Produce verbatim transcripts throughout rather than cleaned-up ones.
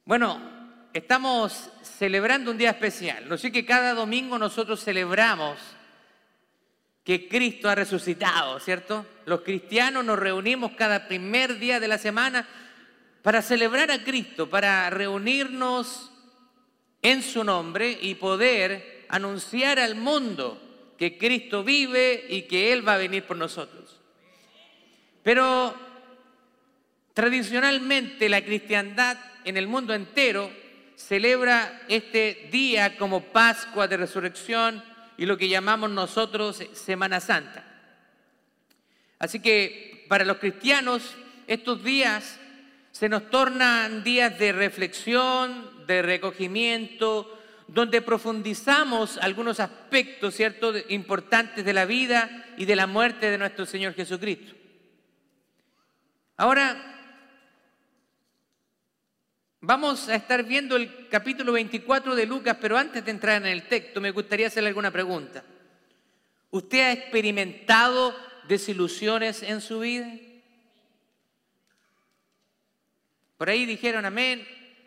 Bueno, estamos celebrando un día especial. No sé que cada domingo nosotros celebramos que Cristo ha resucitado, ¿cierto? Los cristianos nos reunimos cada primer día de la semana para celebrar a Cristo, para reunirnos en su nombre y poder anunciar al mundo que Cristo vive y que Él va a venir por nosotros. Pero tradicionalmente la cristiandad en el mundo entero celebra este día como Pascua de Resurrección y lo que llamamos nosotros Semana Santa. Así que para los cristianos estos días se nos tornan días de reflexión, de recogimiento, donde profundizamos algunos aspectos, ¿cierto?, importantes de la vida y de la muerte de nuestro Señor Jesucristo. Ahora vamos a estar viendo el capítulo veinticuatro de Lucas, pero antes de entrar en el texto me gustaría hacerle alguna pregunta. ¿Usted ha experimentado desilusiones en su vida? Por ahí dijeron amén.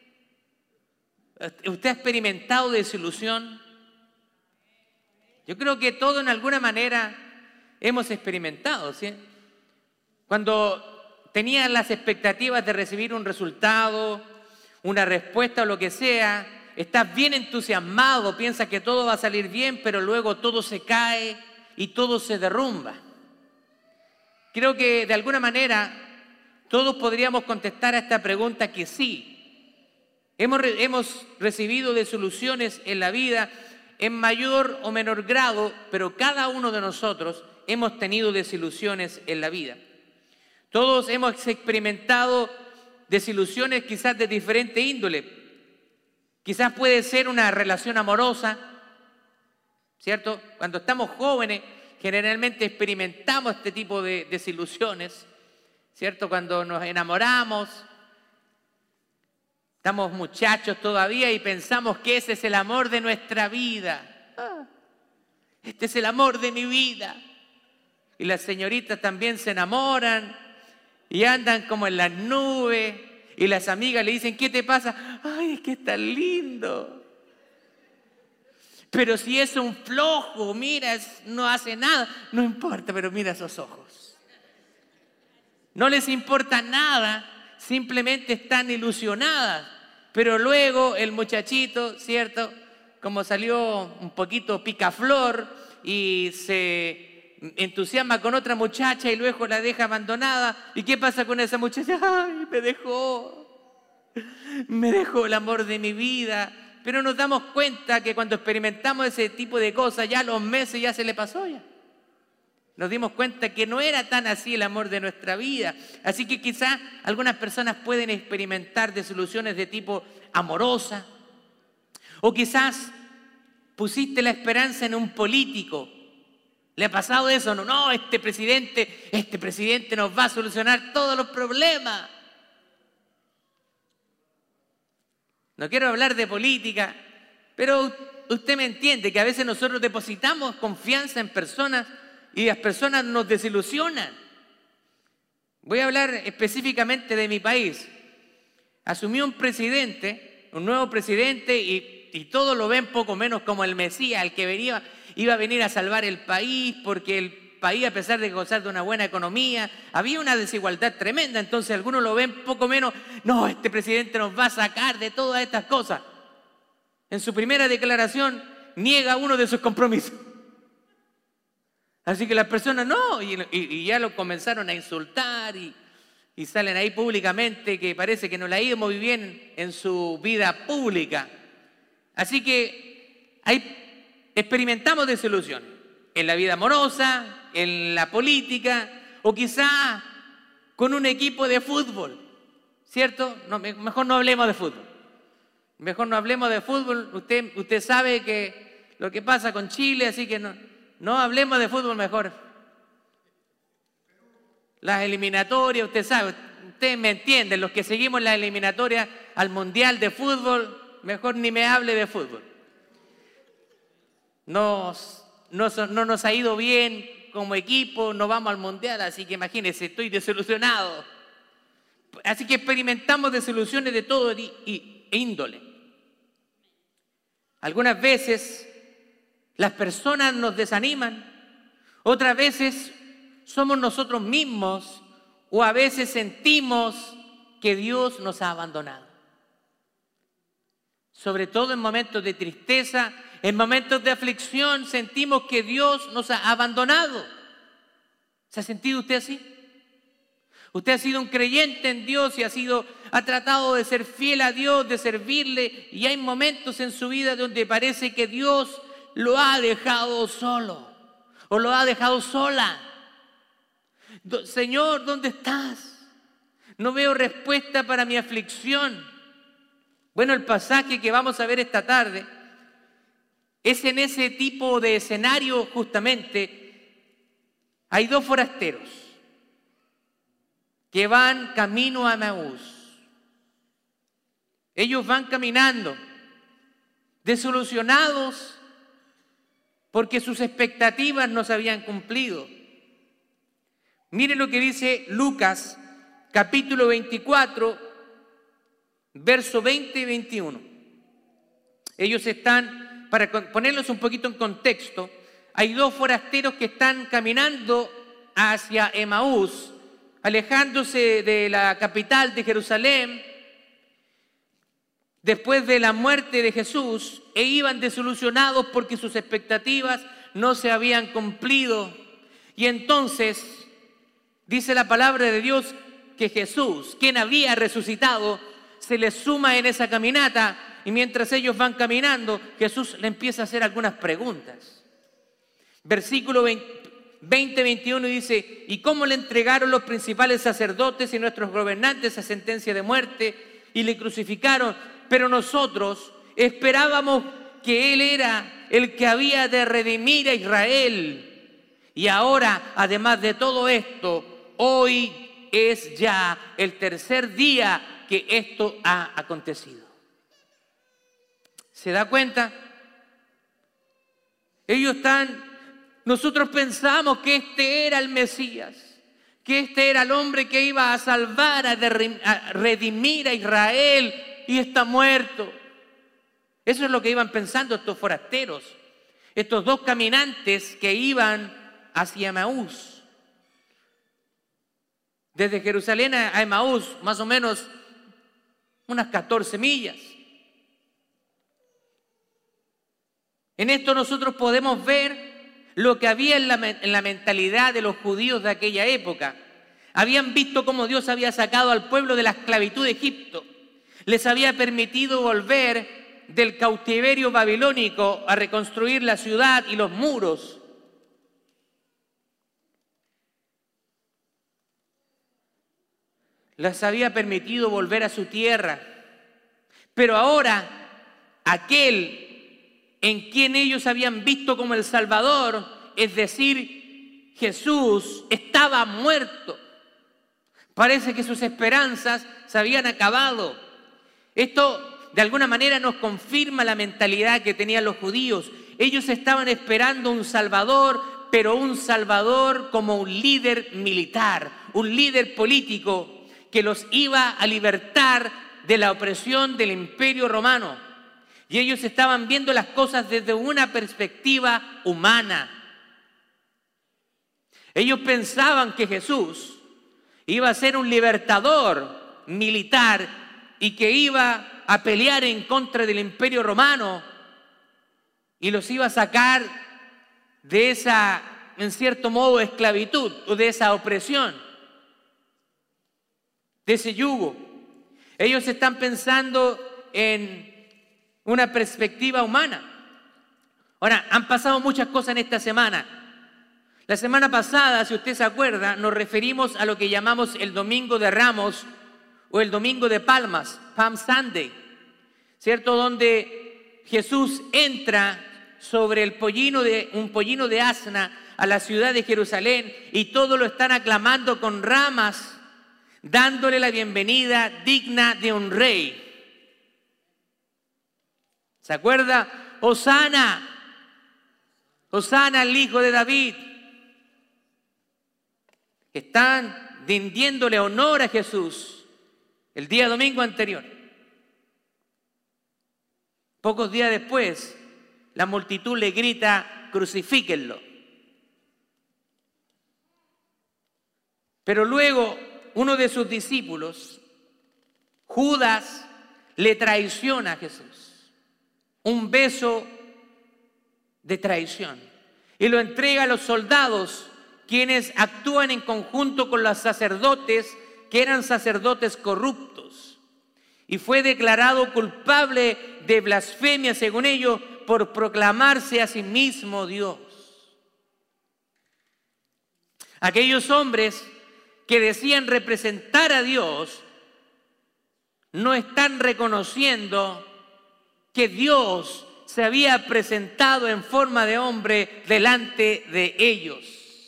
¿Usted ha experimentado desilusión? Yo creo que todo en alguna manera hemos experimentado, ¿sí? Cuando tenías las expectativas de recibir un resultado, una respuesta o lo que sea, estás bien entusiasmado, piensas que todo va a salir bien, pero luego todo se cae y todo se derrumba. Creo que de alguna manera todos podríamos contestar a esta pregunta que sí. Hemos, hemos recibido desilusiones en la vida en mayor o menor grado, pero cada uno de nosotros hemos tenido desilusiones en la vida. Todos hemos experimentado desilusiones quizás de diferente índole. Quizás puede ser una relación amorosa, ¿cierto? Cuando estamos jóvenes generalmente experimentamos este tipo de desilusiones, ¿cierto? Cuando nos enamoramos, estamos muchachos todavía y pensamos que ese es el amor de nuestra vida. Ah, este es el amor de mi vida. Y las señoritas también se enamoran y andan como en las nubes y las amigas le dicen, ¿qué te pasa? Ay, es que es tan lindo. Pero si es un flojo, mira, no hace nada. No importa, pero mira esos ojos. No les importa nada, simplemente están ilusionadas. Pero luego el muchachito, ¿cierto? Como salió un poquito picaflor y se entusiasma con otra muchacha y luego la deja abandonada. ¿Y qué pasa con esa muchacha? ¡Ay, me dejó! Me dejó el amor de mi vida. Pero nos damos cuenta que cuando experimentamos ese tipo de cosas, ya a los meses ya se le pasó ya. Nos dimos cuenta que no era tan así el amor de nuestra vida. Así que quizás algunas personas pueden experimentar desilusiones de tipo amorosa. O quizás pusiste la esperanza en un político. ¿Le ha pasado eso? No, no, este presidente, este presidente nos va a solucionar todos los problemas. No quiero hablar de política, pero usted me entiende que a veces nosotros depositamos confianza en personas y las personas nos desilusionan. Voy a hablar específicamente de mi país. Asumió un presidente, un nuevo presidente, y, y todos lo ven poco menos como el Mesías, el que venía, iba a venir a salvar el país, porque el país, a pesar de gozar de una buena economía, había una desigualdad tremenda. Entonces algunos lo ven poco menos, no, este presidente nos va a sacar de todas estas cosas. En su primera declaración niega uno de sus compromisos. Así que las personas no, y, y, y ya lo comenzaron a insultar y, y salen ahí públicamente que parece que no le ha ido muy bien en su vida pública. Así que ahí experimentamos desilusión en la vida amorosa, en la política o quizá con un equipo de fútbol, ¿cierto? No, mejor no hablemos de fútbol. Mejor no hablemos de fútbol. Usted, usted sabe que lo que pasa con Chile, así que no, no hablemos de fútbol mejor. Las eliminatorias, usted sabe, usted me entiende, los que seguimos las eliminatorias al Mundial de Fútbol, mejor ni me hable de fútbol. Nos, nos, no nos ha ido bien como equipo, no vamos al Mundial, así que imagínense, estoy desilusionado. Así que experimentamos desilusiones de todo y, y, índole. Algunas veces las personas nos desaniman, otras veces somos nosotros mismos o a veces sentimos que Dios nos ha abandonado. Sobre todo en momentos de tristeza, en momentos de aflicción, sentimos que Dios nos ha abandonado. ¿Se ha sentido usted así? Usted ha sido un creyente en Dios y ha sido, ha tratado de ser fiel a Dios, de servirle, y hay momentos en su vida donde parece que Dios lo ha dejado solo o lo ha dejado sola. Señor, ¿dónde estás? No veo respuesta para mi aflicción. Bueno, el pasaje que vamos a ver esta tarde es en ese tipo de escenario justamente. Hay dos forasteros que van camino a Emaús. Ellos van caminando desilusionados porque sus expectativas no se habían cumplido. Miren lo que dice Lucas, capítulo veinticuatro, verso veinte y veintiuno. Ellos están, para ponerlos un poquito en contexto, hay dos forasteros que están caminando hacia Emaús, alejándose de la capital de Jerusalén, después de la muerte de Jesús, e iban desilusionados porque sus expectativas no se habían cumplido. Y entonces dice la palabra de Dios que Jesús, quien había resucitado, se les suma en esa caminata, y mientras ellos van caminando, Jesús le empieza a hacer algunas preguntas. Versículo veinte, veintiuno dice: ¿y cómo le entregaron los principales sacerdotes y nuestros gobernantes a sentencia de muerte y le crucificaron? Pero nosotros esperábamos que Él era el que había de redimir a Israel. Y ahora, además de todo esto, hoy es ya el tercer día que esto ha acontecido. ¿Se da cuenta? Ellos están, nosotros pensamos que este era el Mesías, que este era el hombre que iba a salvar, a, a redimir a Israel, y está muerto. Eso es lo que iban pensando estos forasteros, estos dos caminantes que iban hacia Emaús. Desde Jerusalén a Emaús, más o menos unas catorce millas. En esto nosotros podemos ver lo que había en la, en la mentalidad de los judíos de aquella época. Habían visto cómo Dios había sacado al pueblo de la esclavitud de Egipto. Les había permitido volver del cautiverio babilónico a reconstruir la ciudad y los muros. Les había permitido volver a su tierra. Pero ahora, aquel en quien ellos habían visto como el Salvador, es decir, Jesús, estaba muerto. Parece que sus esperanzas se habían acabado. Esto de alguna manera nos confirma la mentalidad que tenían los judíos. Ellos estaban esperando un Salvador, pero un Salvador como un líder militar, un líder político que los iba a libertar de la opresión del Imperio Romano. Y ellos estaban viendo las cosas desde una perspectiva humana. Ellos pensaban que Jesús iba a ser un libertador militar y que iba a pelear en contra del Imperio Romano y los iba a sacar de esa, en cierto modo, esclavitud o de esa opresión, de ese yugo. Ellos están pensando en una perspectiva humana. Ahora, han pasado muchas cosas en esta semana. La semana pasada, si usted se acuerda, nos referimos a lo que llamamos el Domingo de Ramos o el Domingo de Palmas, Palm Sunday, ¿cierto? Donde Jesús entra sobre el pollino de, un pollino de asna a la ciudad de Jerusalén y todos lo están aclamando con ramas, dándole la bienvenida digna de un rey. ¿Se acuerda? Hosana, Hosana al hijo de David. Están rindiéndole honor a Jesús el día domingo anterior. Pocos días después, la multitud le grita, crucifíquenlo. Pero luego uno de sus discípulos, Judas, le traiciona a Jesús. Un beso de traición. Y lo entrega a los soldados, quienes actúan en conjunto con los sacerdotes, que eran sacerdotes corruptos. Y fue declarado culpable de blasfemia, según ellos, por proclamarse a sí mismo Dios. Aquellos hombres que decían representar a Dios no están reconociendo que Dios se había presentado en forma de hombre delante de ellos.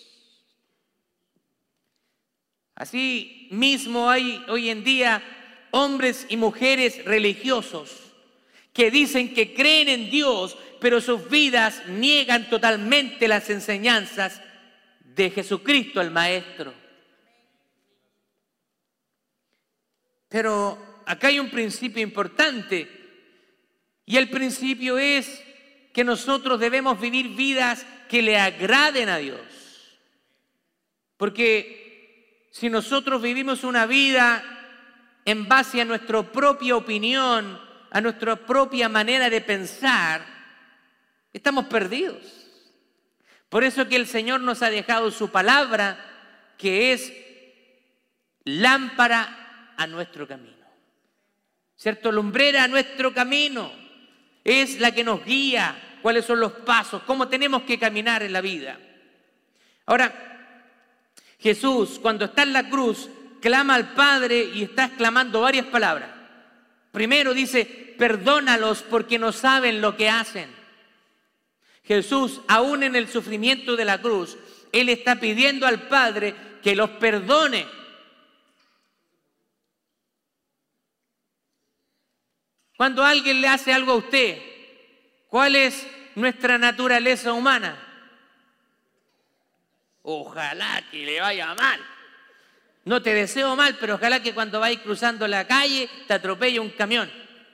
Así mismo hay hoy en día hombres y mujeres religiosos que dicen que creen en Dios, pero sus vidas niegan totalmente las enseñanzas de Jesucristo el Maestro. Pero acá hay un principio importante, y el principio es que nosotros debemos vivir vidas que le agraden a Dios. Porque si nosotros vivimos una vida en base a nuestra propia opinión, a nuestra propia manera de pensar, estamos perdidos. Por eso que el Señor nos ha dejado su palabra, que es lámpara a nuestro camino. ¿Cierto? Lumbrera a nuestro camino. Es la que nos guía cuáles son los pasos, cómo tenemos que caminar en la vida. Ahora, Jesús, cuando está en la cruz, clama al Padre y está exclamando varias palabras. Primero dice, perdónalos porque no saben lo que hacen. Jesús, aún en el sufrimiento de la cruz, Él está pidiendo al Padre que los perdone. Cuando alguien le hace algo a usted, ¿cuál es nuestra naturaleza humana? Ojalá que le vaya mal. No te deseo mal, pero ojalá que cuando vayas cruzando la calle te atropelle un camión.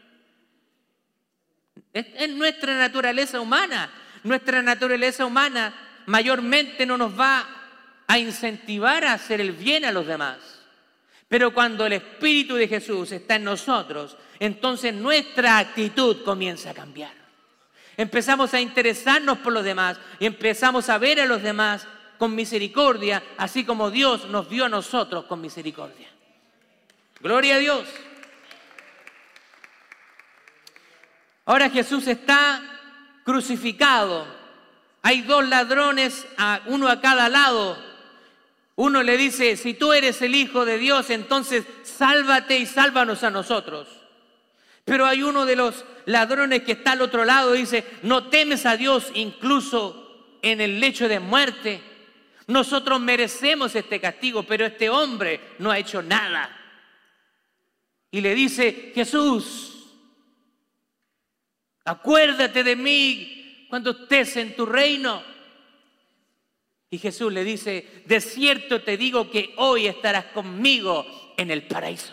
Es, es nuestra naturaleza humana. Nuestra naturaleza humana mayormente no nos va a incentivar a hacer el bien a los demás. Pero cuando el Espíritu de Jesús está en nosotros, entonces nuestra actitud comienza a cambiar. Empezamos a interesarnos por los demás y empezamos a ver a los demás con misericordia, así como Dios nos vio a nosotros con misericordia. Gloria a Dios. Ahora Jesús está crucificado. Hay dos ladrones, uno a cada lado. Uno le dice, si tú eres el Hijo de Dios, entonces sálvate y sálvanos a nosotros. Pero hay uno de los ladrones que está al otro lado y dice, ¿no temes a Dios incluso en el lecho de muerte? Nosotros merecemos este castigo, pero este hombre no ha hecho nada. Y le dice, Jesús, acuérdate de mí cuando estés en tu reino. Y Jesús le dice, de cierto te digo que hoy estarás conmigo en el paraíso.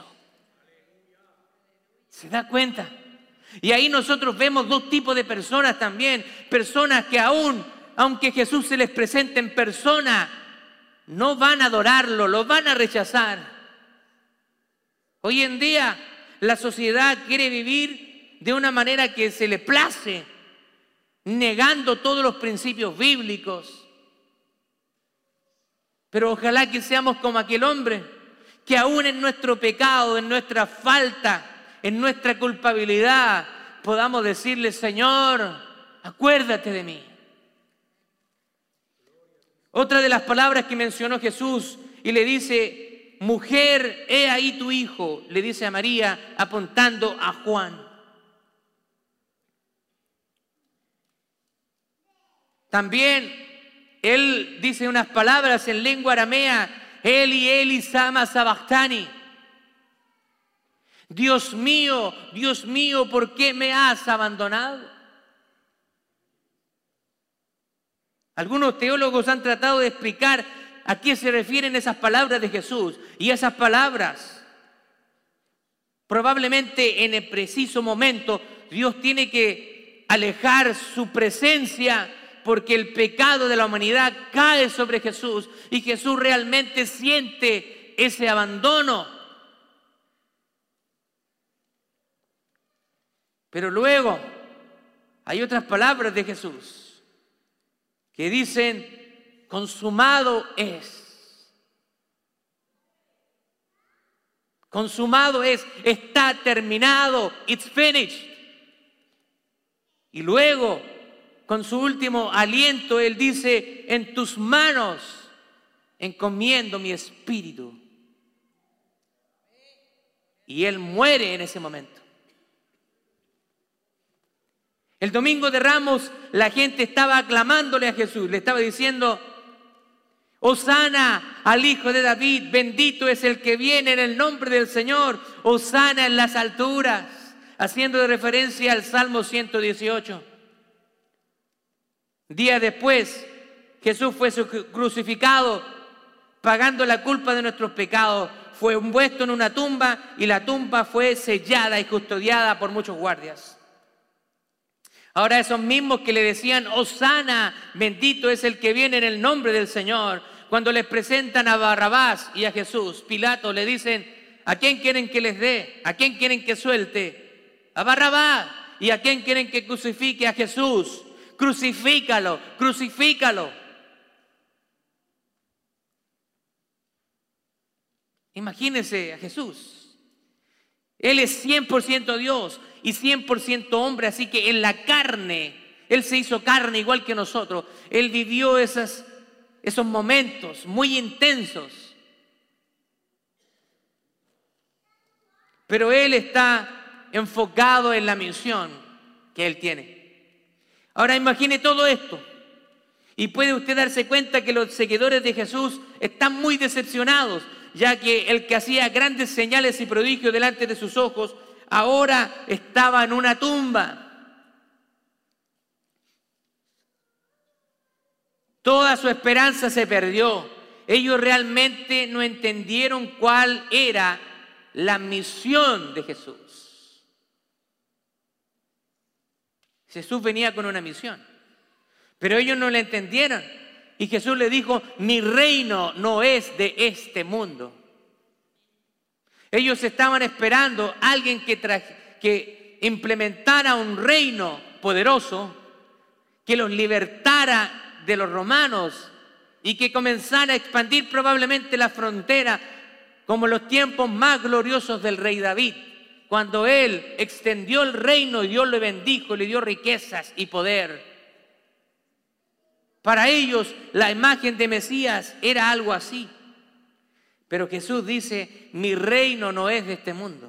¿Se da cuenta? Y ahí nosotros vemos dos tipos de personas también. Personas que aún, aunque Jesús se les presente en persona, no van a adorarlo, lo van a rechazar. Hoy en día la sociedad quiere vivir de una manera que se le place, negando todos los principios bíblicos. Pero ojalá que seamos como aquel hombre, que aún en nuestro pecado, en nuestra falta, en nuestra culpabilidad, podamos decirle, Señor, acuérdate de mí. Otra de las palabras que mencionó Jesús y le dice, mujer, he ahí tu hijo, le dice a María, apuntando a Juan. También él dice unas palabras en lengua aramea, Eli, Eli, sama sabachthani. Dios mío, Dios mío, ¿por qué me has abandonado? Algunos teólogos han tratado de explicar a qué se refieren esas palabras de Jesús. Y esas palabras, probablemente en el preciso momento, Dios tiene que alejar su presencia porque el pecado de la humanidad cae sobre Jesús y Jesús realmente siente ese abandono. Pero luego hay otras palabras de Jesús que dicen, consumado es. Consumado es, está terminado, it's finished. Y luego, con su último aliento, Él dice, en tus manos encomiendo mi espíritu. Y Él muere en ese momento. El domingo de Ramos, la gente estaba aclamándole a Jesús, le estaba diciendo, Hosana al Hijo de David, bendito es el que viene en el nombre del Señor, Hosana en las alturas, haciendo de referencia al Salmo ciento dieciocho. Días después, Jesús fue crucificado, pagando la culpa de nuestros pecados, fue envuelto en una tumba y la tumba fue sellada y custodiada por muchos guardias. Ahora esos mismos que le decían, Hosana, bendito es el que viene en el nombre del Señor, cuando les presentan a Barrabás y a Jesús, Pilato le dicen, ¿a quién quieren que les dé? ¿A quién quieren que suelte? A Barrabás. ¿Y a quién quieren que crucifique? A Jesús. Crucifícalo, crucifícalo. Imagínense a Jesús. Él es cien por ciento Dios y cien por ciento hombre, así que en la carne, Él se hizo carne igual que nosotros. Él vivió esas, esos momentos muy intensos. Pero Él está enfocado en la misión que Él tiene. Ahora imagine todo esto y puede usted darse cuenta que los seguidores de Jesús están muy decepcionados, ya que el que hacía grandes señales y prodigios delante de sus ojos, ahora estaba en una tumba. Toda su esperanza se perdió. Ellos realmente no entendieron cuál era la misión de Jesús. Jesús venía con una misión, pero ellos no la entendieron. Y Jesús le dijo, mi reino no es de este mundo. Ellos estaban esperando a alguien que, que implementara un reino poderoso, que los libertara de los romanos y que comenzara a expandir probablemente la frontera como los tiempos más gloriosos del rey David, cuando él extendió el reino y Dios le bendijo, le dio riquezas y poder. Para ellos la imagen de Mesías era algo así. Pero Jesús dice, mi reino no es de este mundo.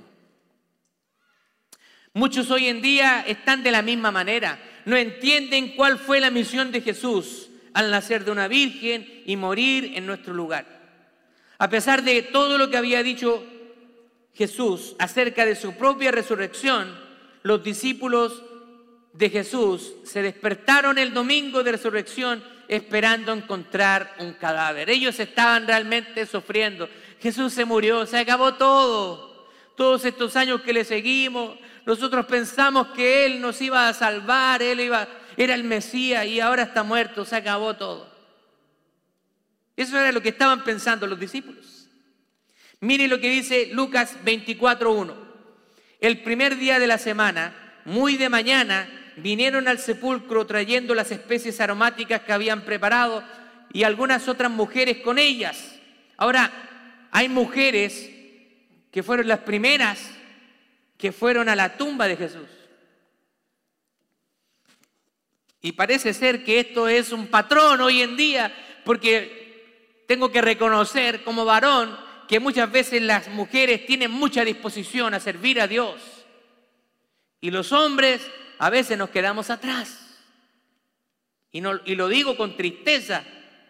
Muchos hoy en día están de la misma manera. No entienden cuál fue la misión de Jesús al nacer de una virgen y morir en nuestro lugar. A pesar de todo lo que había dicho Jesús acerca de su propia resurrección, los discípulos de Jesús se despertaron el domingo de resurrección esperando encontrar un cadáver. Ellos estaban realmente sufriendo. Jesús se murió, se acabó todo. Todos estos años que le seguimos, nosotros pensamos que Él nos iba a salvar, Él iba, era el Mesías y ahora está muerto, se acabó todo. Eso era lo que estaban pensando los discípulos. Mire lo que dice Lucas veinticuatro uno. El primer día de la semana, muy de mañana, vinieron al sepulcro trayendo las especies aromáticas que habían preparado y algunas otras mujeres con ellas. Ahora, hay mujeres que fueron las primeras que fueron a la tumba de Jesús. Y parece ser que esto es un patrón hoy en día, porque tengo que reconocer como varón que muchas veces las mujeres tienen mucha disposición a servir a Dios. Y los hombres a veces nos quedamos atrás. Y, no, y lo digo con tristeza.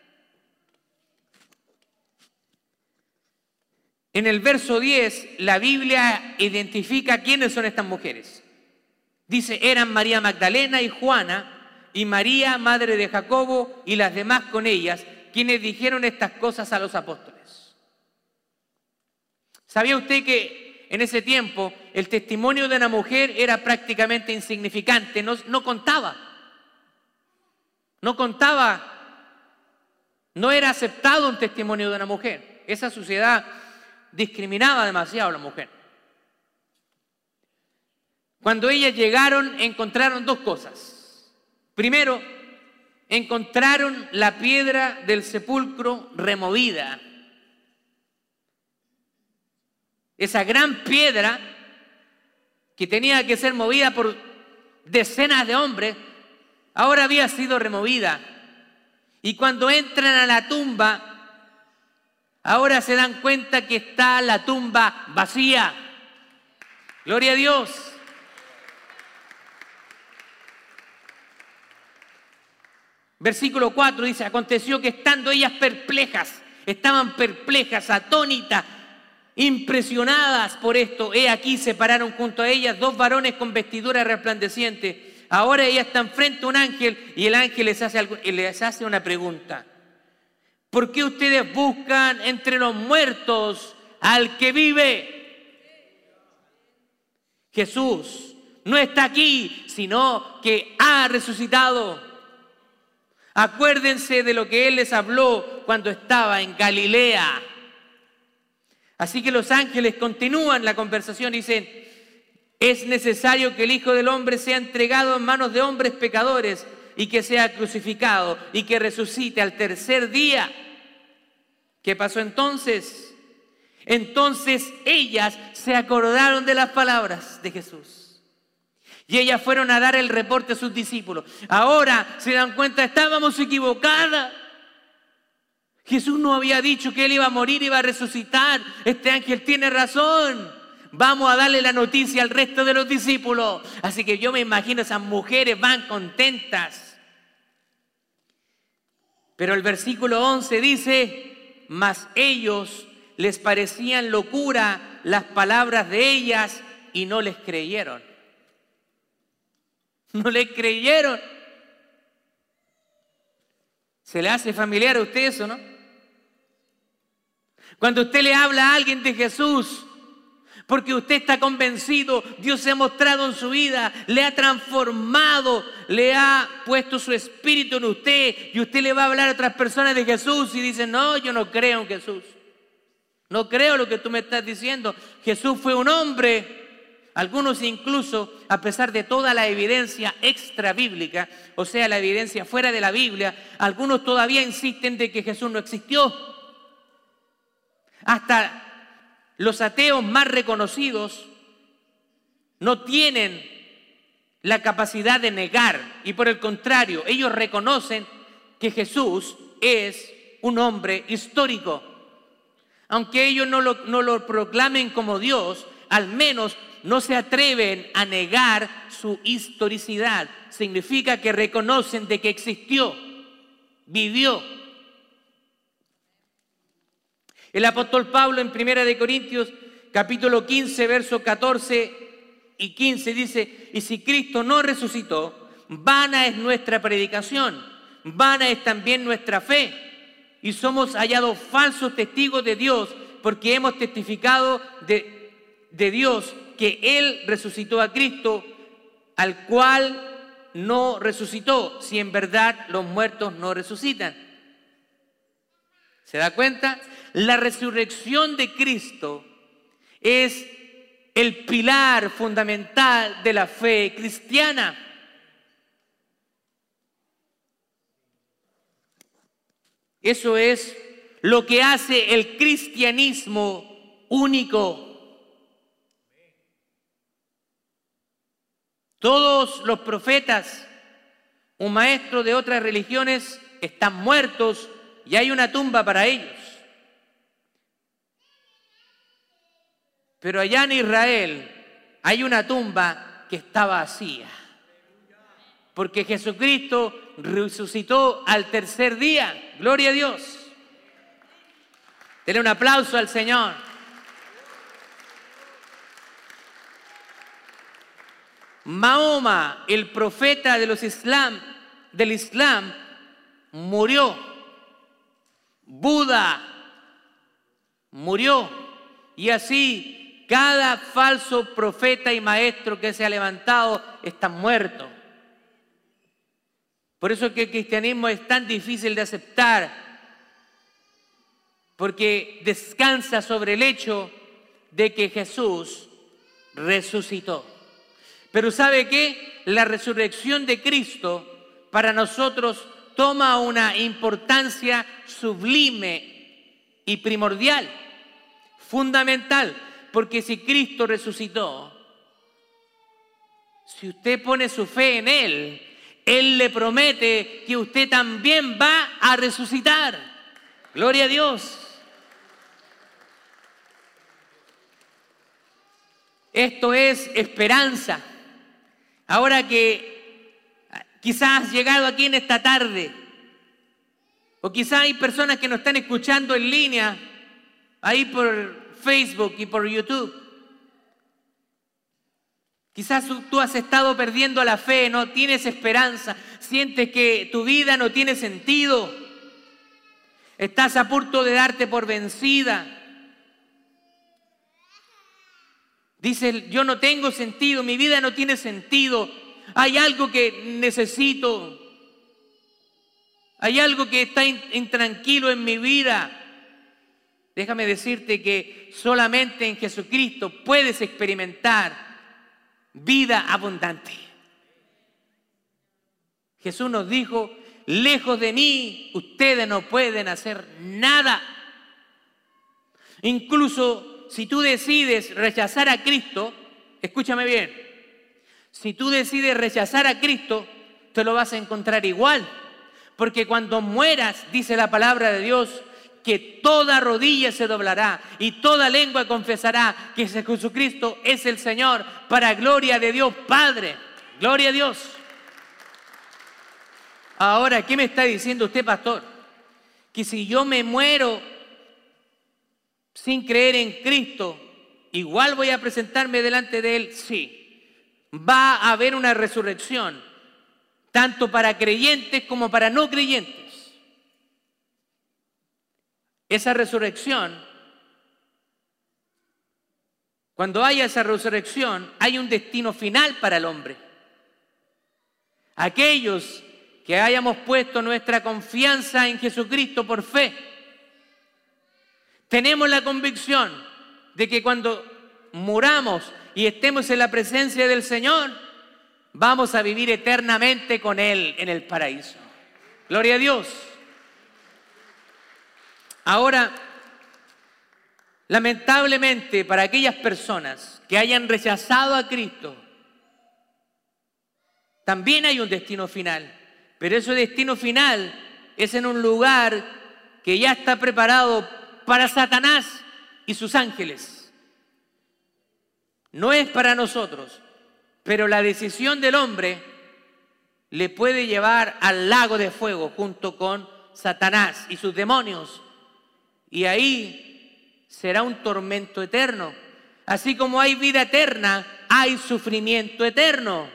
En el verso diez, la Biblia identifica quiénes son estas mujeres. Dice, eran María Magdalena y Juana, y María, madre de Jacobo, y las demás con ellas, quienes dijeron estas cosas a los apóstoles. ¿Sabía usted que en ese tiempo el testimonio de una mujer era prácticamente insignificante, no, no contaba. No contaba, no era aceptado un testimonio de una mujer. Esa sociedad discriminaba demasiado a la mujer. Cuando ellas llegaron, encontraron dos cosas. Primero, encontraron la piedra del sepulcro removida. Esa gran piedra que tenía que ser movida por decenas de hombres, ahora había sido removida. Y cuando entran a la tumba, ahora se dan cuenta que está la tumba vacía. Gloria a Dios. Versículo cuatro dice, aconteció que estando ellas perplejas, estaban perplejas, atónitas, impresionadas por esto, he aquí se pararon junto a ellas dos varones con vestiduras resplandecientes. Ahora ellas están frente a un ángel y el ángel les hace, algo, les hace una pregunta. ¿Por qué ustedes buscan entre los muertos al que vive? Jesús no está aquí, sino que ha resucitado. Acuérdense de lo que Él les habló cuando estaba en Galilea. Así que los ángeles continúan la conversación y dicen, es necesario que el Hijo del Hombre sea entregado en manos de hombres pecadores y que sea crucificado y que resucite al tercer día. ¿Qué pasó entonces? Entonces ellas se acordaron de las palabras de Jesús. Y ellas fueron a dar el reporte a sus discípulos. Ahora se dan cuenta, estábamos equivocadas. Jesús no había dicho que Él iba a morir, iba a resucitar. Este ángel tiene razón. Vamos a darle la noticia al resto de los discípulos. Así que yo me imagino esas mujeres van contentas. Pero el versículo once dice, mas ellos les parecían locura las palabras de ellas y no les creyeron. No les creyeron. ¿Se le hace familiar a usted eso, no? Cuando usted le habla a alguien de Jesús, porque usted está convencido, Dios se ha mostrado en su vida, le ha transformado, le ha puesto su espíritu en usted, y usted le va a hablar a otras personas de Jesús y dice, no, yo no creo en Jesús. No creo lo que tú me estás diciendo. Jesús fue un hombre. Algunos incluso, a pesar de toda la evidencia extra bíblica, o sea, la evidencia fuera de la Biblia, algunos todavía insisten de que Jesús no existió. Hasta los ateos más reconocidos no tienen la capacidad de negar, y por el contrario, ellos reconocen que Jesús es un hombre histórico. Aunque ellos no lo, no lo proclamen como Dios, al menos no se atreven a negar su historicidad. Significa que reconocen de que existió, vivió. El apóstol Pablo en primera de Corintios capítulo quince, versos catorce y quince dice, y si Cristo no resucitó, vana es nuestra predicación, vana es también nuestra fe, y somos hallados falsos testigos de Dios, porque hemos testificado de, de Dios que Él resucitó a Cristo, al cual no resucitó, si en verdad los muertos no resucitan. ¿Se da cuenta? La resurrección de Cristo es el pilar fundamental de la fe cristiana. Eso es lo que hace el cristianismo único. Todos los profetas o maestros de otras religiones están muertos y hay una tumba para ellos. Pero allá en Israel hay una tumba que está vacía. Porque Jesucristo resucitó al tercer día. Gloria a Dios. Denle un aplauso al Señor. Mahoma, el profeta de los Islam, del Islam, murió. Buda murió. Y así cada falso profeta y maestro que se ha levantado está muerto. Por eso es que el cristianismo es tan difícil de aceptar, porque descansa sobre el hecho de que Jesús resucitó. Pero ¿sabe qué? La resurrección de Cristo para nosotros toma una importancia sublime y primordial, fundamental, porque si Cristo resucitó, si usted pone su fe en Él, Él le promete que usted también va a resucitar. Gloria a Dios. Esto es esperanza. Ahora que quizás has llegado aquí en esta tarde, o quizás hay personas que nos están escuchando en línea, ahí por Facebook y por YouTube. Quizás tú has estado perdiendo la fe, no tienes esperanza, sientes que tu vida no tiene sentido, estás a punto de darte por vencida. Dices, yo no tengo sentido, mi vida no tiene sentido, hay algo que necesito, hay algo que está intranquilo en mi vida. Déjame decirte que solamente en Jesucristo puedes experimentar vida abundante. Jesús nos dijo, lejos de mí, ustedes no pueden hacer nada. Incluso si tú decides rechazar a Cristo, escúchame bien, si tú decides rechazar a Cristo, te lo vas a encontrar igual. Porque cuando mueras, dice la palabra de Dios, que toda rodilla se doblará y toda lengua confesará que Jesucristo es el Señor, para gloria de Dios Padre. Gloria a Dios. Ahora, ¿qué me está diciendo usted, pastor? Que si yo me muero sin creer en Cristo, igual voy a presentarme delante de Él. Sí, va a haber una resurrección, tanto para creyentes como para no creyentes. Esa resurrección, cuando haya esa resurrección, hay un destino final para el hombre. Aquellos que hayamos puesto nuestra confianza en Jesucristo por fe, tenemos la convicción de que cuando muramos y estemos en la presencia del Señor, vamos a vivir eternamente con Él en el paraíso. Gloria a Dios. Ahora, lamentablemente, para aquellas personas que hayan rechazado a Cristo, también hay un destino final, pero ese destino final es en un lugar que ya está preparado para Satanás y sus ángeles. No es para nosotros, pero la decisión del hombre le puede llevar al lago de fuego junto con Satanás y sus demonios. Y ahí será un tormento eterno. Así como hay vida eterna, hay sufrimiento eterno.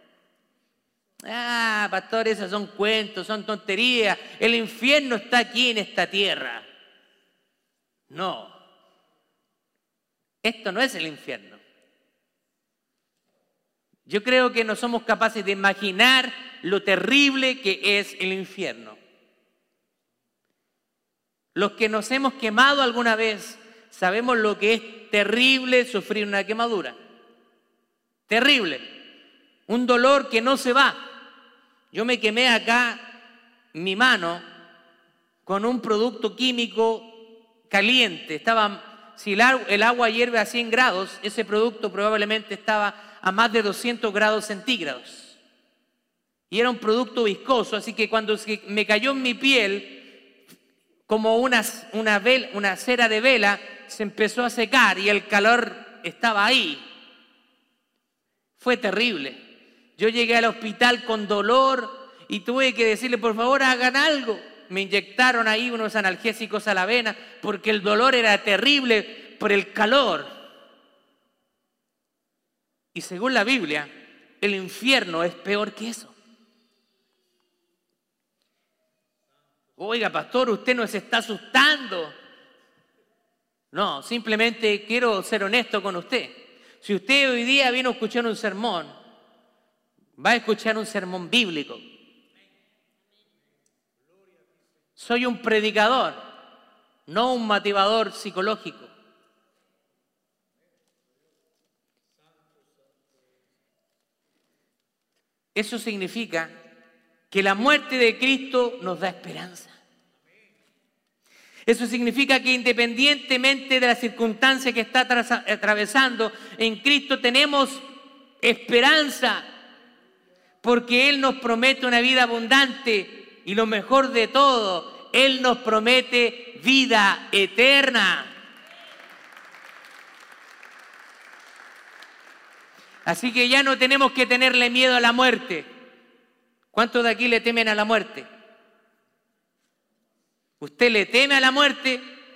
Ah, pastor, esos son cuentos, son tonterías. El infierno está aquí en esta tierra. No. Esto no es el infierno. Yo creo que no somos capaces de imaginar lo terrible que es el infierno. Los que nos hemos quemado alguna vez sabemos lo que es terrible sufrir una quemadura. Terrible. Un dolor que no se va. Yo me quemé acá mi mano con un producto químico caliente. Estaba, si el agua hierve a cien grados, ese producto probablemente estaba a más de doscientos grados centígrados. Y era un producto viscoso, así que cuando me cayó en mi piel, como una, una, vela, una cera de vela, se empezó a secar y el calor estaba ahí. Fue terrible. Yo llegué al hospital con dolor y tuve que decirle, por favor, hagan algo. Me inyectaron ahí unos analgésicos a la vena porque el dolor era terrible por el calor. Y según la Biblia, el infierno es peor que eso. Oiga, pastor, usted nos está asustando. No, simplemente quiero ser honesto con usted. Si usted hoy día vino a escuchar un sermón, va a escuchar un sermón bíblico. Soy un predicador, no un motivador psicológico. Eso significa que la muerte de Cristo nos da esperanza. Eso significa que independientemente de las circunstancias que está atravesando, en Cristo tenemos esperanza, porque Él nos promete una vida abundante y lo mejor de todo, Él nos promete vida eterna. Así que ya no tenemos que tenerle miedo a la muerte. ¿Cuántos de aquí le temen a la muerte? ¿Usted le teme a la muerte?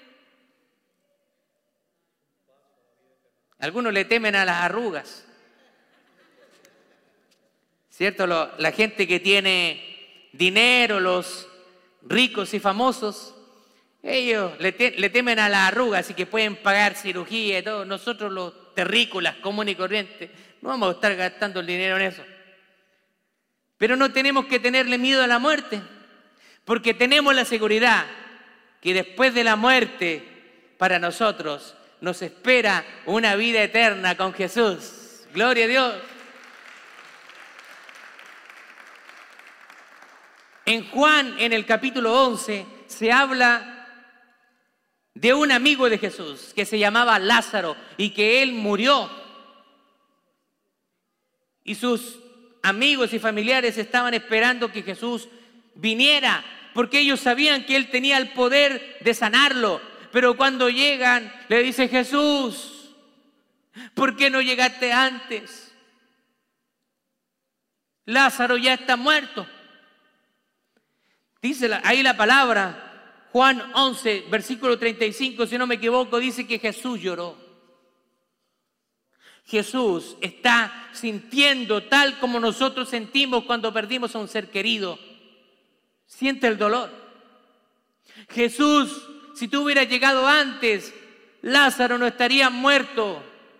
Algunos le temen a las arrugas. ¿Cierto? Lo, la gente que tiene dinero, los ricos y famosos, ellos le, te, le temen a las arrugas, así que pueden pagar cirugía y todo. Nosotros los terrícolas comunes y corrientes no vamos a estar gastando el dinero en eso. Pero no tenemos que tenerle miedo a la muerte, porque tenemos la seguridad que después de la muerte, para nosotros, nos espera una vida eterna con Jesús. ¡Gloria a Dios! En Juan, en el capítulo once, se habla de un amigo de Jesús que se llamaba Lázaro y que él murió. Y sus amigos y familiares estaban esperando que Jesús viniera, porque ellos sabían que Él tenía el poder de sanarlo. Pero cuando llegan, le dice: Jesús, ¿por qué no llegaste antes? Lázaro ya está muerto. Dice ahí la palabra, Juan once, versículo treinta y cinco, si no me equivoco, dice que Jesús lloró. Jesús está sintiendo tal como nosotros sentimos cuando perdimos a un ser querido. Siente el dolor. Jesús, si tú hubieras llegado antes, Lázaro no estaría muerto.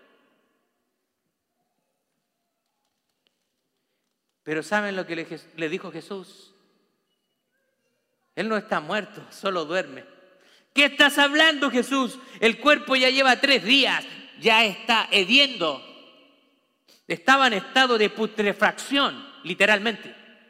Pero ¿saben lo que le, le dijo Jesús? Él no está muerto, solo duerme. ¿Qué estás hablando, Jesús? El cuerpo ya lleva tres días. Ya está hediendo. Estaba en estado de putrefacción, literalmente.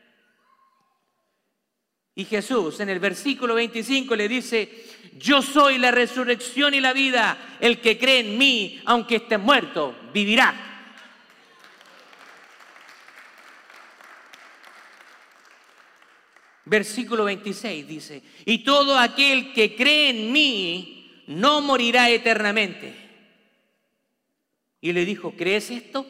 Y Jesús en el versículo veinticinco le dice: yo soy la resurrección y la vida. El que cree en mí, aunque esté muerto, vivirá. Versículo veintiséis dice: y todo aquel que cree en mí no morirá eternamente. Y le dijo: ¿crees esto?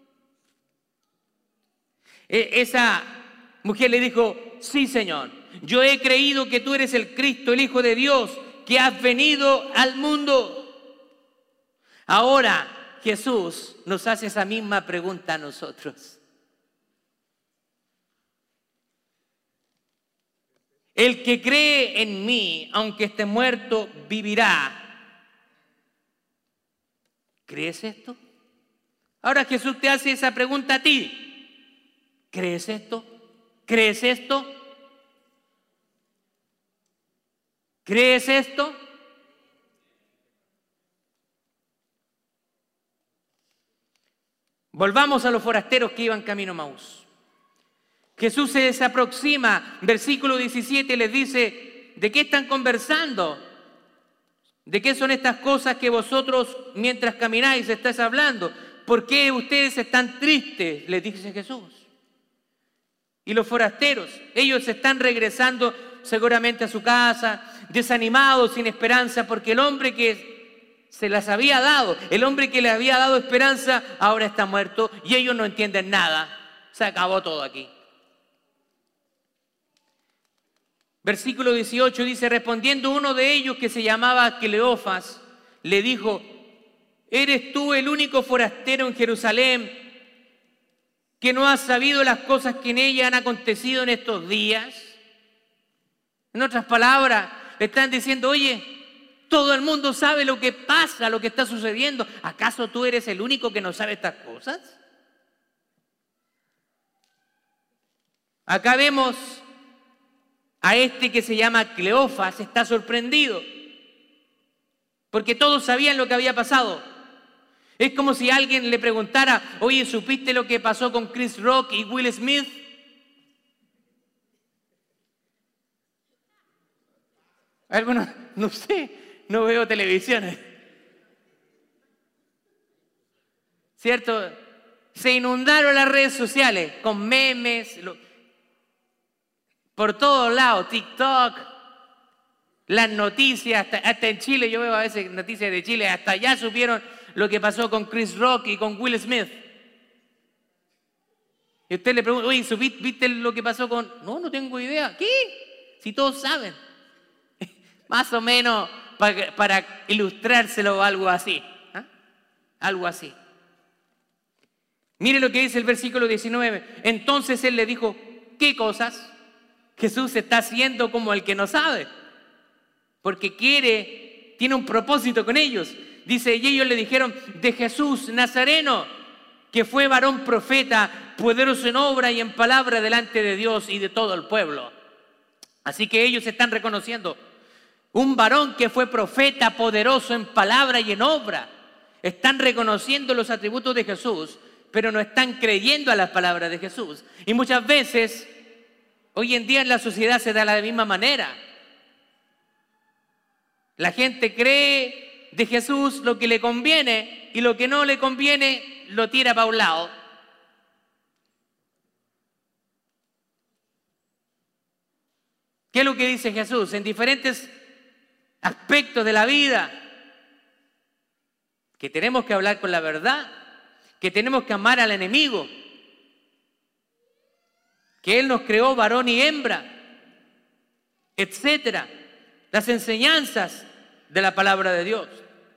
E- esa mujer le dijo: sí, Señor, yo he creído que tú eres el Cristo, el Hijo de Dios, que has venido al mundo. Ahora Jesús nos hace esa misma pregunta a nosotros. El que cree en mí, aunque esté muerto, vivirá. ¿Crees esto? Ahora Jesús te hace esa pregunta a ti. ¿Crees esto? ¿Crees esto? ¿Crees esto? Volvamos a los forasteros que iban camino a Maús. Jesús se les aproxima, versículo diecisiete, les dice: ¿de qué están conversando? ¿De qué son estas cosas que vosotros mientras camináis estáis hablando? ¿Por qué ustedes están tristes?, les dice Jesús. Y los forasteros, ellos están regresando seguramente a su casa, desanimados, sin esperanza, porque el hombre que se las había dado, el hombre que les había dado esperanza, ahora está muerto y ellos no entienden nada. Se acabó todo aquí. Versículo dieciocho dice: respondiendo uno de ellos, que se llamaba Cleofas, le dijo: ¿eres tú el único forastero en Jerusalén que no has sabido las cosas que en ella han acontecido en estos días? En otras palabras, le están diciendo: oye, Todo el mundo sabe lo que pasa, lo que está sucediendo. ¿Acaso tú eres el único que no sabe estas cosas? Acá vemos a este que se llama Cleofas, está sorprendido, porque todos sabían lo que había pasado. Es como si alguien le preguntara, oye, ¿supiste lo que pasó con Chris Rock y Will Smith? Algunos, no sé, no veo televisión. ¿Cierto? Se inundaron las redes sociales con memes, lo, por todos lados, TikTok, las noticias, hasta, hasta en Chile, yo veo a veces noticias de Chile, hasta allá supieron lo que pasó con Chris Rock y con Will Smith. Y usted le pregunta, oye, ¿viste lo que pasó con...? No, no tengo idea. ¿Qué? Si todos saben. Más o menos para, para ilustrárselo o algo así. ¿eh? Algo así. Mire lo que dice el versículo diecinueve. Entonces él le dijo, ¿qué cosas? Jesús está haciendo como el que no sabe. Porque quiere, tiene un propósito con ellos. Dice, y ellos le dijeron, de Jesús Nazareno, que fue varón profeta, poderoso en obra y en palabra delante de Dios y de todo el pueblo. Así que ellos están reconociendo un varón que fue profeta, poderoso en palabra y en obra. Están reconociendo los atributos de Jesús, pero no están creyendo a las palabras de Jesús. Y muchas veces, hoy en día en la sociedad se da de la misma manera. La gente cree de Jesús lo que le conviene y lo que no le conviene lo tira para un lado. ¿Qué es lo que dice Jesús? En diferentes aspectos de la vida, que tenemos que hablar con la verdad, que tenemos que amar al enemigo, que Él nos creó varón y hembra, etcétera. Las enseñanzas de la palabra de Dios.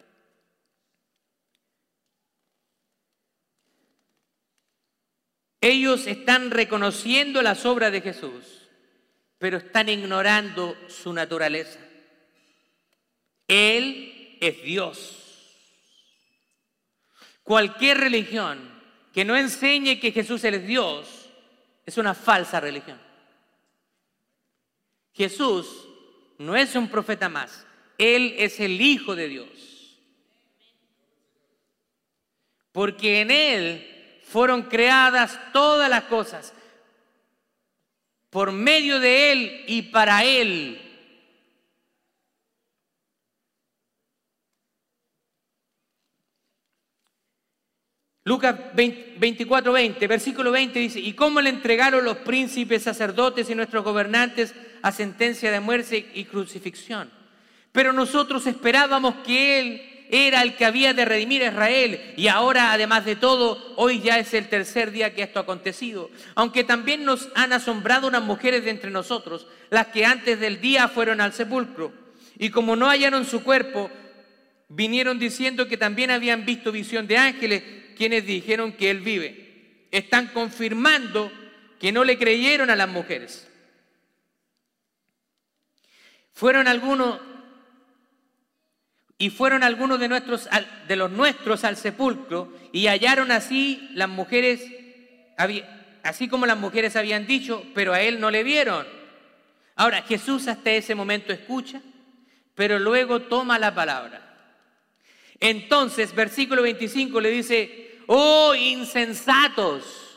Ellos están reconociendo las obras de Jesús, pero están ignorando su naturaleza. Él es Dios. Cualquier religión que no enseñe que Jesús es Dios es una falsa religión. Jesús no es un profeta más. Él es el Hijo de Dios. Porque en Él fueron creadas todas las cosas. Por medio de Él y para Él. Lucas veinticuatro, veinte, versículo veinte dice, y cómo le entregaron los príncipes, sacerdotes y nuestros gobernantes a sentencia de muerte y crucifixión. Pero nosotros esperábamos que Él era el que había de redimir a Israel, y ahora, además de todo, hoy ya es el tercer día que esto ha acontecido. Aunque también nos han asombrado unas mujeres de entre nosotros, las que antes del día fueron al sepulcro, y como no hallaron su cuerpo, vinieron diciendo que también habían visto visión de ángeles, quienes dijeron que Él vive. Están confirmando que no le creyeron a las mujeres. Fueron algunos, y fueron algunos de, nuestros, de los nuestros al sepulcro, y hallaron así las mujeres, así como las mujeres habían dicho, pero a Él no le vieron. Ahora, Jesús hasta ese momento escucha, pero luego toma la palabra. Entonces, versículo veinticinco le dice, ¡oh, insensatos!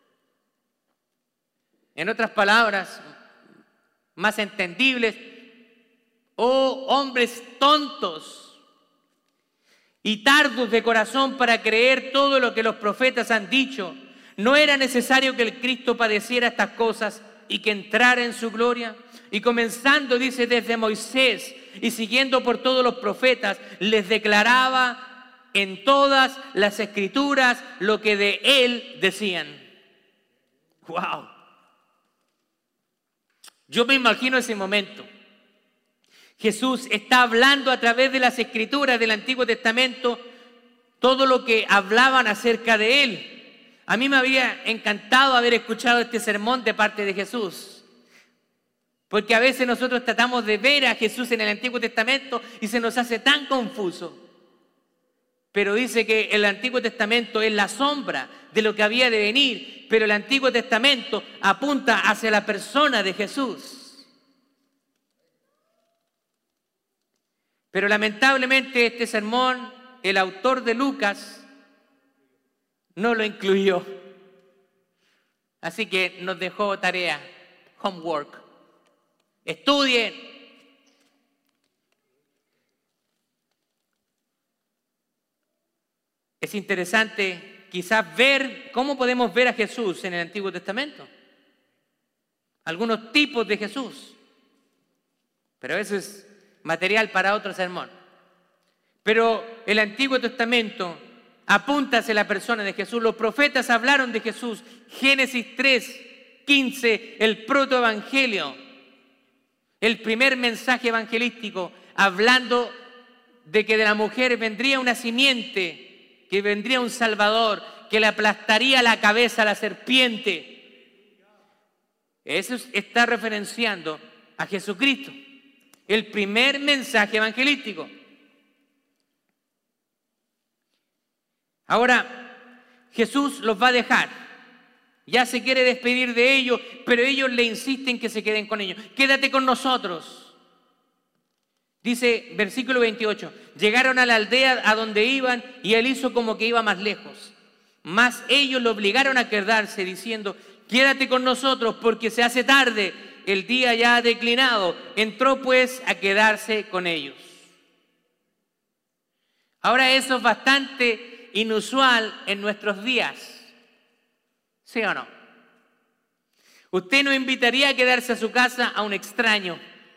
En otras palabras, más entendibles, ¡oh, hombres tontos! Y tardos de corazón para creer todo lo que los profetas han dicho. ¿No era necesario que el Cristo padeciera estas cosas y que entrara en su gloria? Y comenzando, dice, desde Moisés y siguiendo por todos los profetas, les declaraba en todas las escrituras lo que de Él decían. ¡Wow! Yo me imagino ese momento. Jesús está hablando a través de las escrituras del Antiguo Testamento todo lo que hablaban acerca de Él. A mí me había encantado haber escuchado este sermón de parte de Jesús. Porque a veces nosotros tratamos de ver a Jesús en el Antiguo Testamento y se nos hace tan confuso. Pero dice que el Antiguo Testamento es la sombra de lo que había de venir, pero el Antiguo Testamento apunta hacia la persona de Jesús. Pero lamentablemente este sermón, el autor de Lucas no lo incluyó. Así que nos dejó tarea, homework. Estudien. Es interesante quizás ver cómo podemos ver a Jesús en el Antiguo Testamento. Algunos tipos de Jesús. Pero eso es material para otro sermón. Pero el Antiguo Testamento apunta hacia la persona de Jesús. Los profetas hablaron de Jesús. Génesis tres, quince, el protoevangelio, el primer mensaje evangelístico, hablando de que de la mujer vendría una simiente, que vendría un Salvador, que le aplastaría la cabeza a la serpiente. Eso está referenciando a Jesucristo, el primer mensaje evangelístico. Ahora, Jesús los va a dejar. Ya se quiere despedir de ellos, pero ellos le insisten que se queden con ellos. Quédate con nosotros. Dice versículo veintiocho, llegaron a la aldea a donde iban y él hizo como que iba más lejos. Mas ellos lo obligaron a quedarse diciendo, quédate con nosotros porque se hace tarde, el día ya ha declinado. Entró pues a quedarse con ellos. Ahora eso es bastante inusual en nuestros días. ¿Sí o no? Usted no invitaría a quedarse a su casa a un extraño.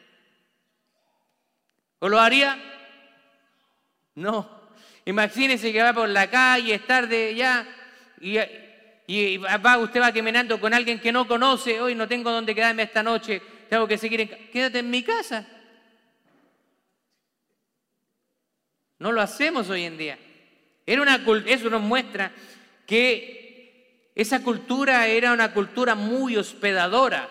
¿O lo haría? No. Imagínese que va por la calle, es tarde ya, y, y va, usted va caminando con alguien que no conoce. Hoy no tengo dónde quedarme esta noche, tengo que seguir en... Quédate en mi casa. No lo hacemos hoy en día. Era una, eso nos muestra que esa cultura era una cultura muy hospedadora.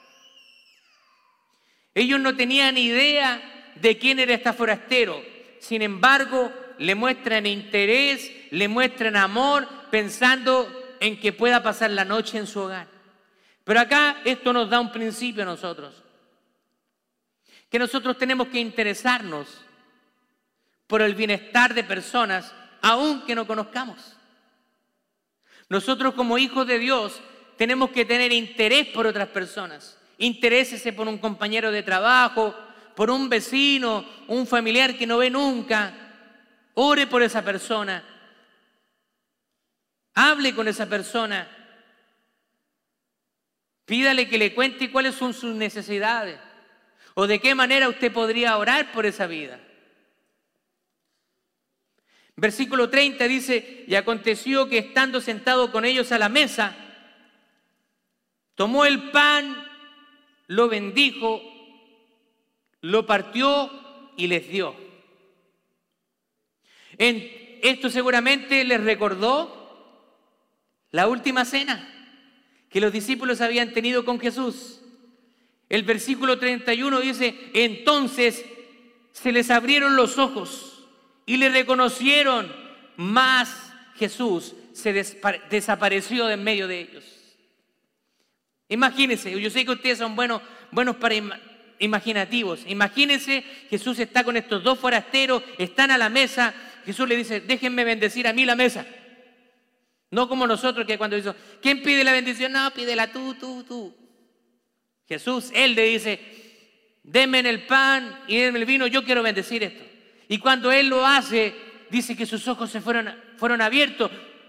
Ellos no tenían idea de quién era este forastero. Sin embargo, le muestran interés, le muestran amor, pensando en que pueda pasar la noche en su hogar. Pero acá esto nos da un principio a nosotros. Que nosotros tenemos que interesarnos por el bienestar de personas, aunque no conozcamos. Nosotros como hijos de Dios tenemos que tener interés por otras personas. Interésese por un compañero de trabajo, por un vecino, un familiar que no ve nunca. Ore por esa persona. Hable con esa persona. Pídale que le cuente cuáles son sus necesidades o de qué manera usted podría orar por esa vida. Versículo treinta dice, y aconteció que estando sentado con ellos a la mesa, tomó el pan, lo bendijo, lo partió y les dio. En esto seguramente les recordó la última cena que los discípulos habían tenido con Jesús. El versículo treinta y uno dice, entonces se les abrieron los ojos y le reconocieron, mas Jesús se desapareció de en medio de ellos. Imagínense, yo sé que ustedes son buenos, buenos para im imaginativos. Imagínense, Jesús está con estos dos forasteros, están a la mesa. Jesús le dice, déjenme bendecir a mí la mesa. No como nosotros que cuando dice, ¿quién pide la bendición? No, pídela tú, tú, tú. Jesús, Él le dice, denme el pan y denme el vino, yo quiero bendecir esto. Y cuando Él lo hace, dice que sus ojos se fueron, fueron abiertos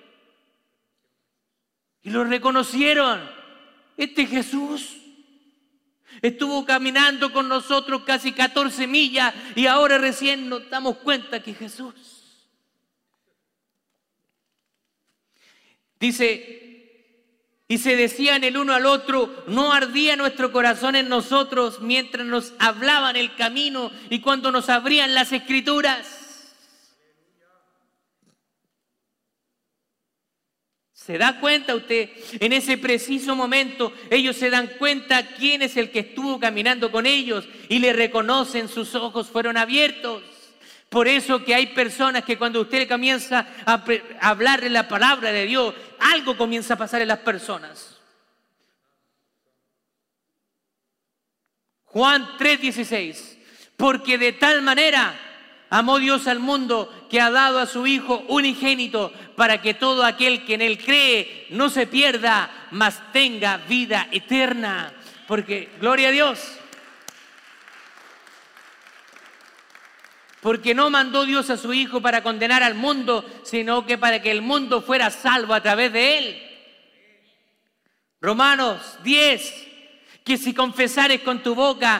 y lo reconocieron. Este Jesús estuvo caminando con nosotros casi catorce millas y ahora recién nos damos cuenta que Jesús. Dice, y se decían el uno al otro, no ardía nuestro corazón en nosotros mientras nos hablaban el camino y cuando nos abrían las escrituras. ¿Se da cuenta usted? En ese preciso momento ellos se dan cuenta quién es el que estuvo caminando con ellos y le reconocen, sus ojos fueron abiertos. Por eso que hay personas que cuando usted comienza a hablarle la palabra de Dios, algo comienza a pasar en las personas. Juan tres dieciséis, porque de tal manera amó Dios al mundo que ha dado a su Hijo unigénito para que todo aquel que en Él cree no se pierda, mas tenga vida eterna. Porque, gloria a Dios, porque no mandó Dios a su Hijo para condenar al mundo, sino que para que el mundo fuera salvo a través de Él. Romanos diez, que si confesares con tu boca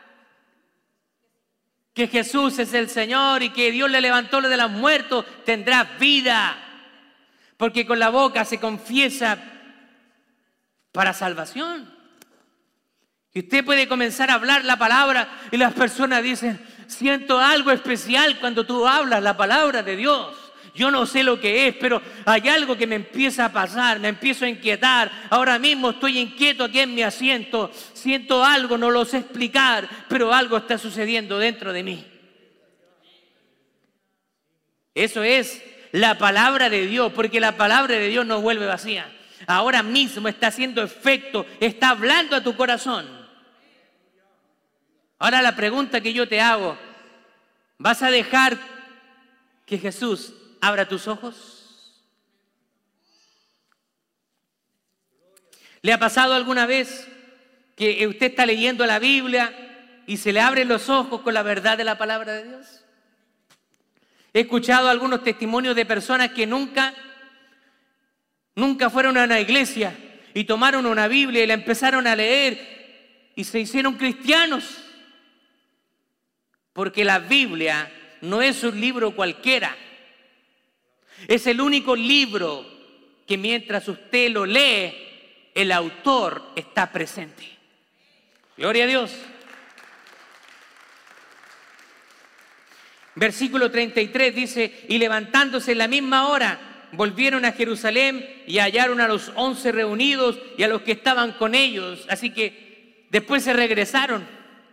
que Jesús es el Señor y que Dios le levantó de los muertos, tendrás vida. Porque con la boca se confiesa para salvación. Y usted puede comenzar a hablar la palabra y las personas dicen, siento algo especial cuando tú hablas la palabra de Dios. Yo no sé lo que es, pero hay algo que me empieza a pasar, me empiezo a inquietar. Ahora mismo estoy inquieto aquí en mi asiento. Siento algo, no lo sé explicar, pero algo está sucediendo dentro de mí. Eso es la palabra de Dios, porque la palabra de Dios no vuelve vacía. Ahora mismo está haciendo efecto, está hablando a tu corazón. Ahora la pregunta que yo te hago, ¿vas a dejar que Jesús abra tus ojos? ¿Le ha pasado alguna vez que usted está leyendo la Biblia y se le abren los ojos con la verdad de la palabra de Dios? He escuchado algunos testimonios de personas que nunca, nunca fueron a una iglesia y tomaron una Biblia y la empezaron a leer y se hicieron cristianos. Porque la Biblia no es un libro cualquiera. Es el único libro que mientras usted lo lee, el autor está presente. Gloria a Dios. Versículo treinta y tres dice, y levantándose en la misma hora, volvieron a Jerusalén y hallaron a los once reunidos y a los que estaban con ellos. Así que después se regresaron.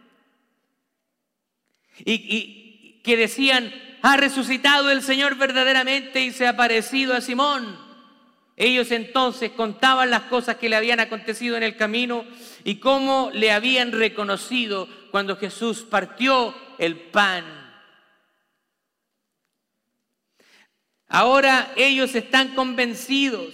Y, y que decían, ha resucitado el Señor verdaderamente y se ha aparecido a Simón. Ellos entonces contaban las cosas que le habían acontecido en el camino y cómo le habían reconocido cuando Jesús partió el pan. Ahora ellos están convencidos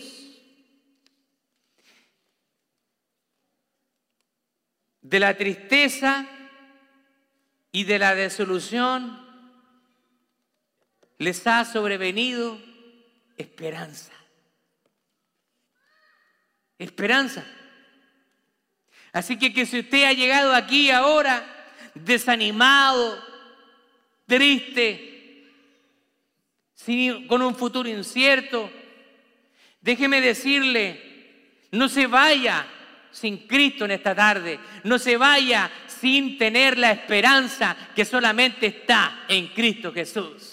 de la tristeza y de la desolución. Les ha sobrevenido esperanza. Esperanza. Así que, que si usted ha llegado aquí ahora desanimado, triste, sin, con un futuro incierto, déjeme decirle, no se vaya sin Cristo en esta tarde, no se vaya sin tener la esperanza que solamente está en Cristo Jesús.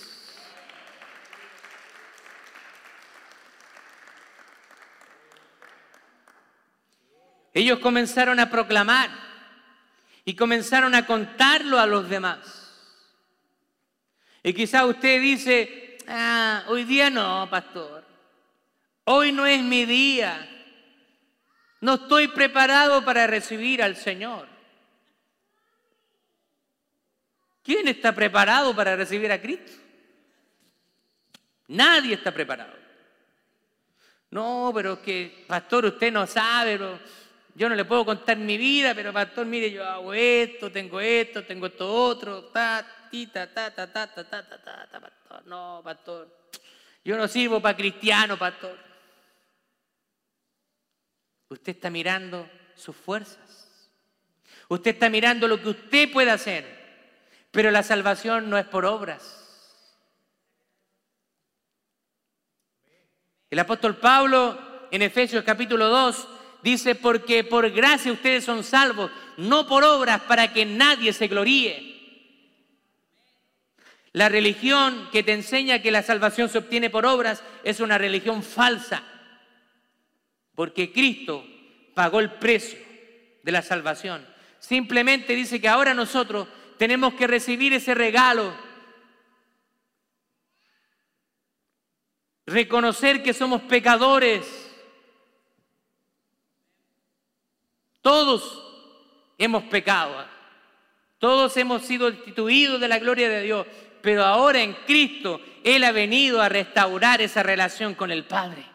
Ellos comenzaron a proclamar y comenzaron a contarlo a los demás. Y quizá usted dice, ah, hoy día no, pastor. Hoy no es mi día. No estoy preparado para recibir al Señor. ¿Quién está preparado para recibir a Cristo? Nadie está preparado. No, pero es que, pastor, usted no sabe, pero yo no le puedo contar mi vida, pero pastor, mire, yo hago esto, tengo esto, tengo esto otro, ta, ta, ta, ta, ta, ta, ta, ta, ta, pastor. No, pastor, yo no sirvo para cristiano, pastor. Usted está mirando sus fuerzas. Usted está mirando lo que usted puede hacer. Pero la salvación no es por obras. El apóstol Pablo en Efesios capítulo dos dice, porque por gracia ustedes son salvos, no por obras, para que nadie se gloríe. La religión que te enseña que la salvación se obtiene por obras es una religión falsa. porque Cristo pagó el precio de la salvación. Simplemente dice que ahora nosotros tenemos que recibir ese regalo, reconocer que somos pecadores. Todos hemos pecado, todos hemos sido destituidos de la gloria de Dios, pero ahora en Cristo Él ha venido a restaurar esa relación con el Padre.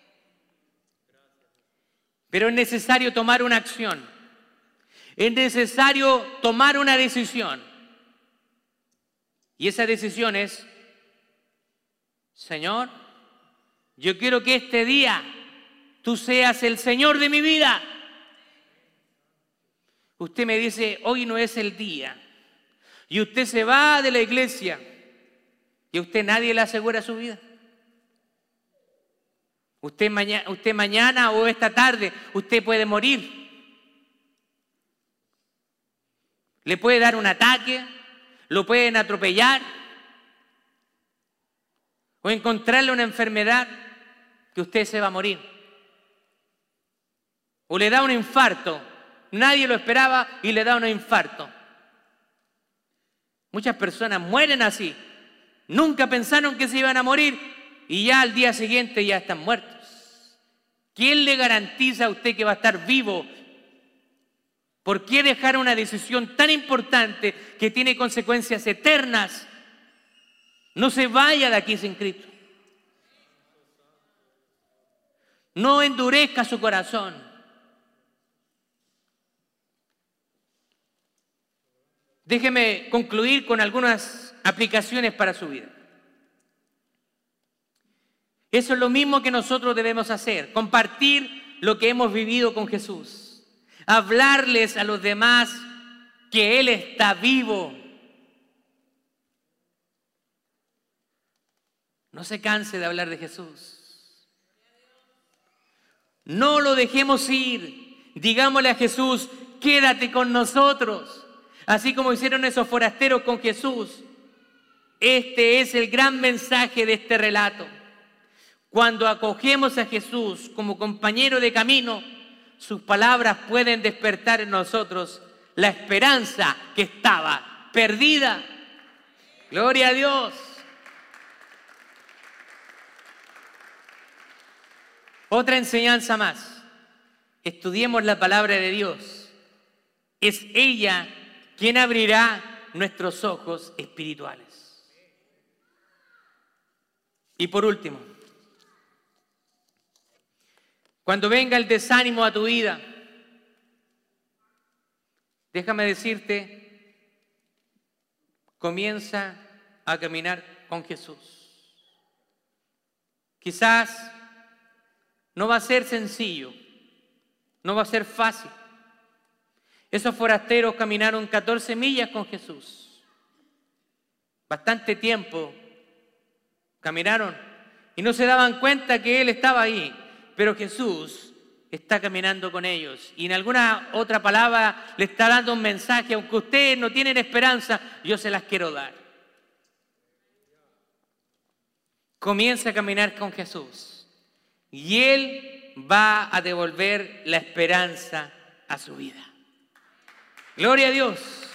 Pero es necesario tomar una acción, es necesario tomar una decisión. Y esa decisión es: Señor, yo quiero que este día tú seas el Señor de mi vida. Usted me dice, hoy no es el día, y usted se va de la iglesia, y a usted nadie le asegura su vida. Usted, maña, usted mañana o esta tarde, usted puede morir. Le puede dar un ataque, lo pueden atropellar, o encontrarle una enfermedad que usted se va a morir. O le da un infarto, nadie lo esperaba y le da un infarto. Muchas personas mueren así, nunca pensaron que se iban a morir y ya al día siguiente ya están muertos. ¿Quién le garantiza a usted que va a estar vivo? ¿Por qué dejar una decisión tan importante que tiene consecuencias eternas? No se vaya de aquí sin Cristo. No endurezca su corazón. Déjeme concluir con algunas aplicaciones para su vida. Eso es lo mismo que nosotros debemos hacer, compartir lo que hemos vivido con Jesús, hablarles a los demás que Él está vivo. No se canse de hablar de Jesús. No lo dejemos ir. Digámosle a Jesús, quédate con nosotros. Así como hicieron esos forasteros con Jesús. Este es el gran mensaje de este relato. Cuando acogemos a Jesús como compañero de camino, sus palabras pueden despertar en nosotros la esperanza que estaba perdida. Gloria a Dios. Otra enseñanza más. Estudiemos la palabra de Dios. Es ella quien abrirá nuestros ojos espirituales. Y por último, cuando venga el desánimo a tu vida, déjame decirte, comienza a caminar con Jesús. Quizás no va a ser sencillo, no va a ser fácil. Esos forasteros caminaron catorce millas con Jesús. Bastante tiempo caminaron y no se daban cuenta que Él estaba ahí. Pero Jesús está caminando con ellos y en alguna otra palabra le está dando un mensaje. Aunque ustedes no tienen esperanza, yo se las quiero dar. Comienza a caminar con Jesús y Él va a devolver la esperanza a su vida. Gloria a Dios.